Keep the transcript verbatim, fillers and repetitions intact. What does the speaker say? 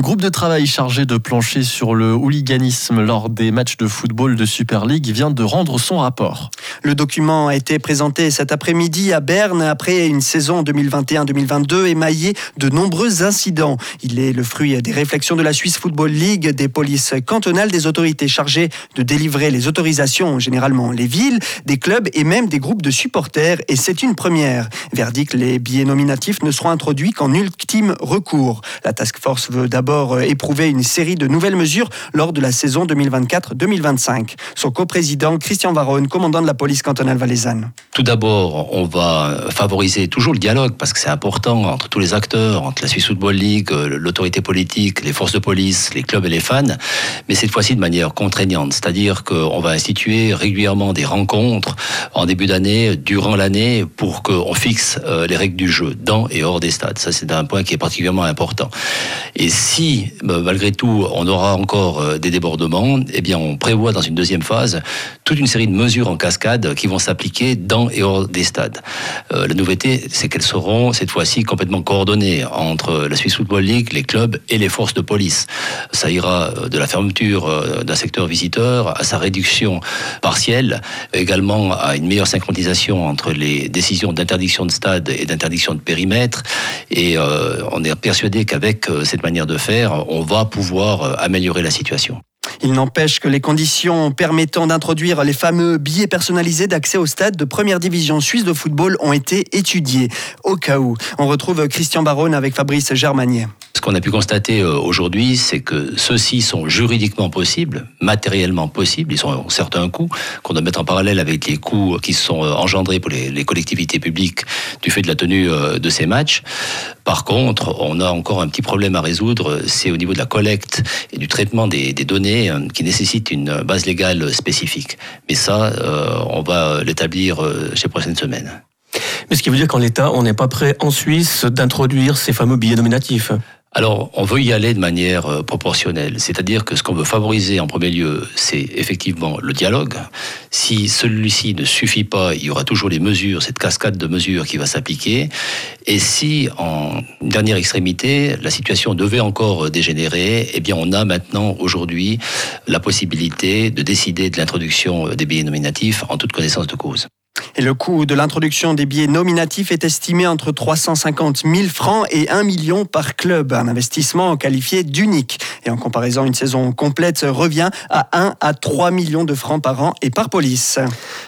groupe de travail chargé de plancher sur le hooliganisme lors des matchs de football de Super League vient de rendre son rapport. Le document a été présenté cet après-midi à Berne après une saison deux mille vingt et un deux mille vingt-deux émaillée de nombreux incidents. Il est le fruit des réflexions de la Swiss Football League, des polices cantonales, des autorités chargées de délivrer les autorisations, généralement les villes, des clubs et même des groupes de supporters. Et c'est une première. Verdict, les billets nominatifs ne seront introduits qu'en ultime recours. La task force veut d'abord éprouver une série de nouvelles mesures lors de la saison deux mille vingt-quatre deux mille vingt-cinq. Son coprésident, Christian Varone, commandant de la police cantonale valaisanne. Tout d'abord, on va favoriser toujours le dialogue parce que c'est important entre tous les acteurs, entre la Swiss Football League, l'autorité politique, les forces de police, les clubs et les fans, mais cette fois-ci de manière contraignante. C'est-à-dire qu'on va instituer régulièrement des rencontres en début d'année, durant l'année, pour qu'on fixe les règles du jeu dans et hors des stades. Ça, c'est un point qui est particulièrement important. Et si, malgré tout, on aura encore des débordements, eh bien, on prévoit dans une deuxième phase toute une série de mesures en cascade qui vont s'appliquer dans et hors des stades. Euh, la nouveauté, c'est qu'elles seront cette fois-ci complètement coordonnées entre la Swiss Football League, les clubs et les forces de police. Ça ira de la fermeture d'un secteur visiteur à sa réduction partielle, également à une meilleure synchronisation entre les décisions d'interdiction de stade et d'interdiction de périmètre. Et euh, on est persuadé qu'avec cette manière de faire, on va pouvoir améliorer la situation. Il n'empêche que les conditions permettant d'introduire les fameux billets personnalisés d'accès au stade de première division suisse de football ont été étudiés. Au cas où, on retrouve Christian Varone avec Fabrice Germanier. Ce qu'on a pu constater aujourd'hui, c'est que ceux-ci sont juridiquement possibles, matériellement possibles. Ils ont certes un coût qu'on doit mettre en parallèle avec les coûts qui sont engendrés pour les, les collectivités publiques du fait de la tenue de ces matchs. Par contre, on a encore un petit problème à résoudre, c'est au niveau de la collecte et du traitement des, des données qui nécessitent une base légale spécifique. Mais ça, euh, on va l'établir ces prochaines semaines. Mais ce qui veut dire qu'en l'état, on n'est pas prêt en Suisse d'introduire ces fameux billets nominatifs. Alors, on veut y aller de manière proportionnelle. C'est-à-dire que ce qu'on veut favoriser en premier lieu, c'est effectivement le dialogue. Si celui-ci ne suffit pas, il y aura toujours les mesures, cette cascade de mesures qui va s'appliquer. Et si, en dernière extrémité, la situation devait encore dégénérer, eh bien, on a maintenant, aujourd'hui, la possibilité de décider de l'introduction des billets nominatifs en toute connaissance de cause. Et le coût de l'introduction des billets nominatifs est estimé entre trois cent cinquante mille francs et un million par club. Un investissement qualifié d'unique. Et en comparaison, une saison complète revient à un à trois millions de francs par an et par police.